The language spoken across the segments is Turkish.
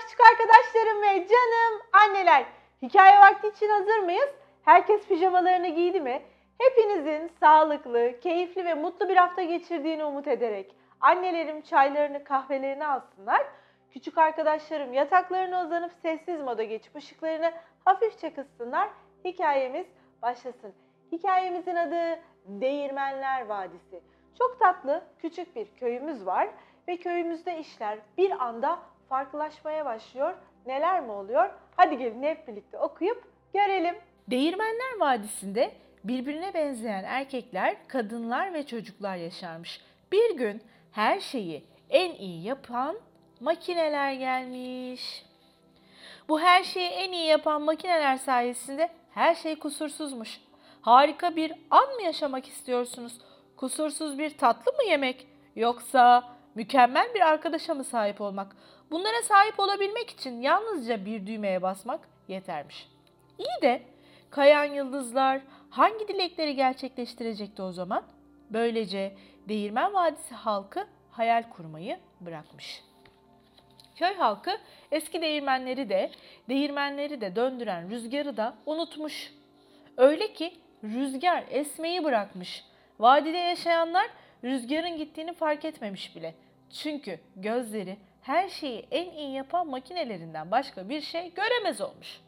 küçük arkadaşlarım ve canım anneler. Hikaye vakti için hazır mıyız? Herkes pijamalarını giydi mi? Hepinizin sağlıklı, keyifli ve mutlu bir hafta geçirdiğini umut ederek annelerim çaylarını, kahvelerini alsınlar. Küçük arkadaşlarım yataklarına uzanıp sessiz moda geçip ışıklarını hafifçe kıssınlar. Hikayemiz başlasın. Hikayemizin adı Değirmenler Vadisi. Çok tatlı, küçük bir köyümüz var ve köyümüzde işler bir anda farklılaşmaya başlıyor. Neler mi oluyor? Hadi gelin hep birlikte okuyup görelim. Değirmenler Vadisi'nde birbirine benzeyen erkekler, kadınlar ve çocuklar yaşarmış. Bir gün her şeyi en iyi yapan makineler gelmiş. Bu her şeyi en iyi yapan makineler sayesinde her şey kusursuzmuş. Harika bir an mı yaşamak istiyorsunuz? Kusursuz bir tatlı mı yemek? Yoksa mükemmel bir arkadaşa mı sahip olmak? Bunlara sahip olabilmek için yalnızca bir düğmeye basmak yetermiş. İyi de kayan yıldızlar hangi dilekleri gerçekleştirecekti o zaman? Böylece Değirmen Vadisi halkı hayal kurmayı bırakmış. Köy halkı eski değirmenleri de döndüren rüzgarı da unutmuş. Öyle ki rüzgar esmeyi bırakmış. Vadide yaşayanlar rüzgarın gittiğini fark etmemiş bile. Çünkü gözleri her şeyi en iyi yapan makinelerinden başka bir şey göremez olmuş.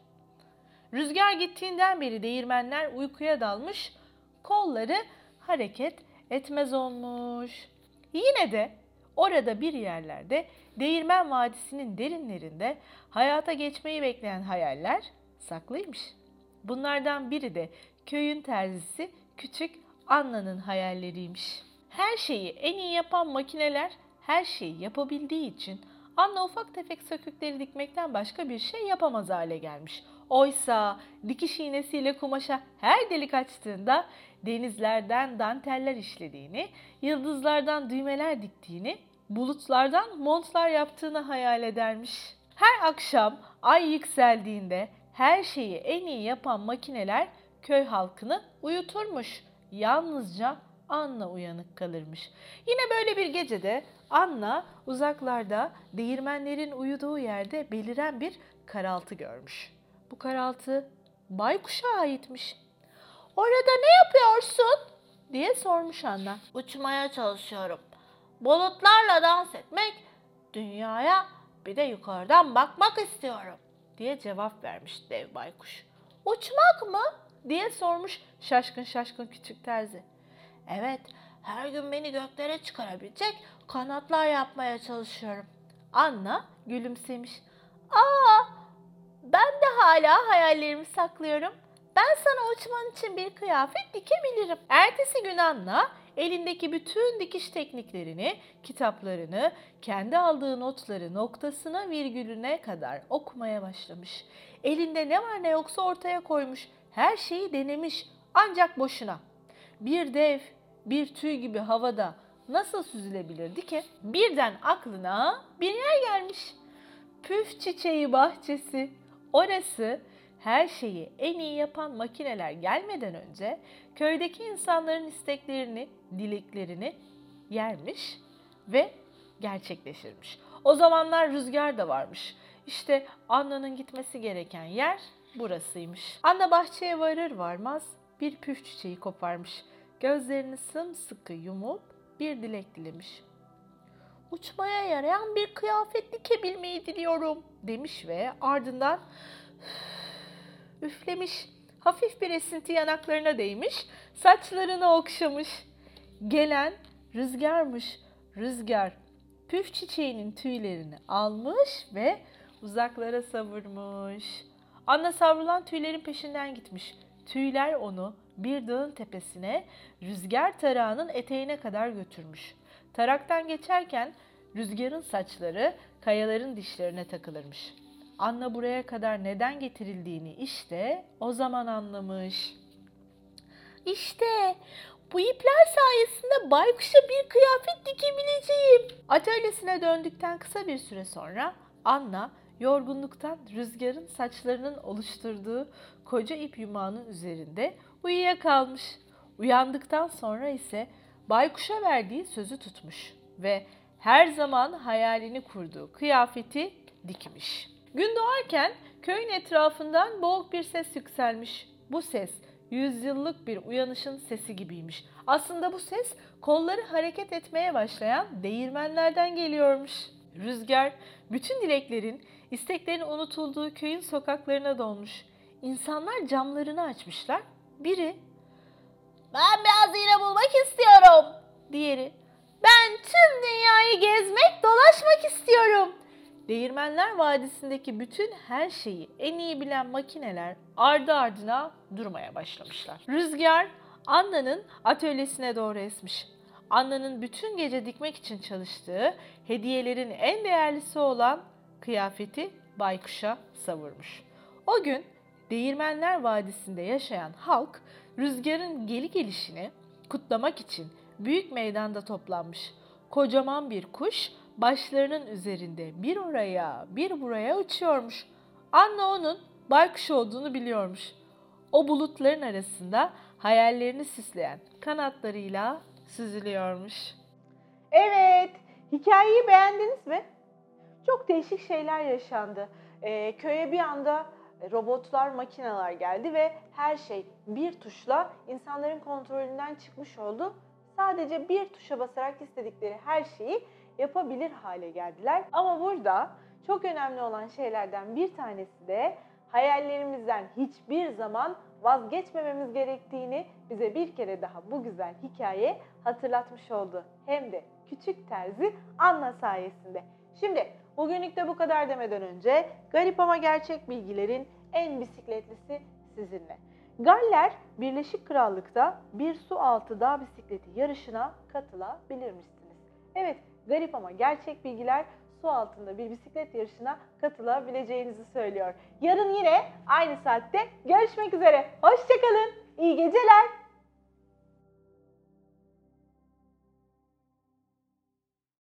Rüzgar gittiğinden beri değirmenler uykuya dalmış, kolları hareket etmez olmuş. Yine de orada bir yerlerde Değirmen Vadisi'nin derinlerinde hayata geçmeyi bekleyen hayaller saklıymış. Bunlardan biri de köyün terzisi küçük Anna'nın hayalleriymiş. Her şeyi en iyi yapan makineler her şeyi yapabildiği için Anna ufak tefek sökükleri dikmekten başka bir şey yapamaz hale gelmiş. Oysa dikiş iğnesiyle kumaşa her delik açtığında denizlerden danteller işlediğini, yıldızlardan düğmeler diktiğini, bulutlardan montlar yaptığını hayal edermiş. Her akşam ay yükseldiğinde her şeyi en iyi yapan makineler köy halkını uyuturmuş. Yalnızca Anna uyanık kalırmış. Yine böyle bir gecede Anna uzaklarda değirmenlerin uyuduğu yerde beliren bir karaltı görmüş. Bu karaltı baykuşa aitmiş. "Orada ne yapıyorsun?" diye sormuş Anna. Uçmaya çalışıyorum. Bulutlarla dans etmek, dünyaya bir de yukarıdan bakmak istiyorum diye cevap vermiş dev baykuş. "Uçmak mı?" diye sormuş şaşkın şaşkın küçük terzi. Evet, her gün beni göklere çıkarabilecek kanatlar yapmaya çalışıyorum. Anna gülümsemiş. "Aa, ben de hala hayallerimi saklıyorum. Ben sana uçman için bir kıyafet dikebilirim." Ertesi gün Anna elindeki bütün dikiş tekniklerini, kitaplarını, kendi aldığı notları noktasına virgülüne kadar okumaya başlamış. Elinde ne var ne yoksa ortaya koymuş. Her şeyi denemiş ancak boşuna. Bir dev, bir tüy gibi havada nasıl süzülebilirdi ki? Birden aklına bir yer gelmiş. Püf çiçeği bahçesi. Orası her şeyi en iyi yapan makineler gelmeden önce köydeki insanların isteklerini, dileklerini yermiş ve gerçekleşirmiş. O zamanlar rüzgar da varmış. İşte Anna'nın gitmesi gereken yer burasıymış. Anna bahçeye varır varmaz bir püf çiçeği koparmış. Gözlerini sımsıkı yumup bir dilek dilemiş. "Uçmaya yarayan bir kıyafet dikebilmeyi diliyorum," demiş ve ardından üflemiş. Hafif bir esinti yanaklarına değmiş, saçlarını okşamış. Gelen rüzgarmış. Rüzgar püf çiçeğinin tüylerini almış ve uzaklara savurmuş. Anna savrulan tüylerin peşinden gitmiş. Tüyler onu bir dağın tepesine, rüzgar tarağının eteğine kadar götürmüş. Taraktan geçerken rüzgarın saçları kayaların dişlerine takılırmış. Anna buraya kadar neden getirildiğini işte o zaman anlamış. "İşte bu ipler sayesinde baykuşa bir kıyafet dikebileceğim." Atölyesine döndükten kısa bir süre sonra Anna yorgunluktan rüzgarın saçlarının oluşturduğu koca ip yumağının üzerinde uyuyakalmış. Uyandıktan sonra ise baykuşa verdiği sözü tutmuş ve her zaman hayalini kurduğu kıyafeti dikmiş. Gün doğarken köyün etrafından boğuk bir ses yükselmiş. Bu ses yüzyıllık bir uyanışın sesi gibiymiş. Aslında bu ses kolları hareket etmeye başlayan değirmenlerden geliyormuş. Rüzgar bütün dileklerin, isteklerin unutulduğu köyün sokaklarına dolmuş. İnsanlar camlarını açmışlar. Biri Ben bir hazine bulmak istiyorum. diğeri Ben tüm dünyayı gezmek, dolaşmak istiyorum. Değirmenler Vadisi'ndeki bütün her şeyi en iyi bilen makineler ardı ardına durmaya başlamışlar. Rüzgar Anna'nın atölyesine doğru esmiş. Anna'nın bütün gece dikmek için çalıştığı hediyelerin en değerlisi olan kıyafeti baykuşa savurmuş. O gün Değirmenler Vadisi'nde yaşayan halk rüzgarın gelişini kutlamak için büyük meydanda toplanmış. Kocaman bir kuş başlarının üzerinde bir oraya bir buraya uçuyormuş. Anna onun baykuş olduğunu biliyormuş. O bulutların arasında hayallerini süsleyen kanatlarıyla süzülüyormuş. Evet, hikayeyi beğendiniz mi? Çok değişik şeyler yaşandı. Köye bir anda robotlar, makineler geldi ve her şey bir tuşla insanların kontrolünden çıkmış oldu. Sadece bir tuşa basarak istedikleri her şeyi yapabilir hale geldiler. Ama burada çok önemli olan şeylerden bir tanesi de hayallerimizden hiçbir zaman vazgeçmememiz gerektiğini bize bir kere daha bu güzel hikaye hatırlatmış oldu. Hem de küçük terzi Anna sayesinde. Şimdi bugünlük de bu kadar demeden önce garip ama gerçek bilgilerin en bisikletlisi sizinle. Galler Birleşik Krallık'ta bir su altı dağ bisikleti yarışına katılabilirmişsiniz. Evet, garip ama gerçek bilgiler su altında bir bisiklet yarışına katılabileceğinizi söylüyor. Yarın yine aynı saatte görüşmek üzere. Hoşça kalın. İyi geceler.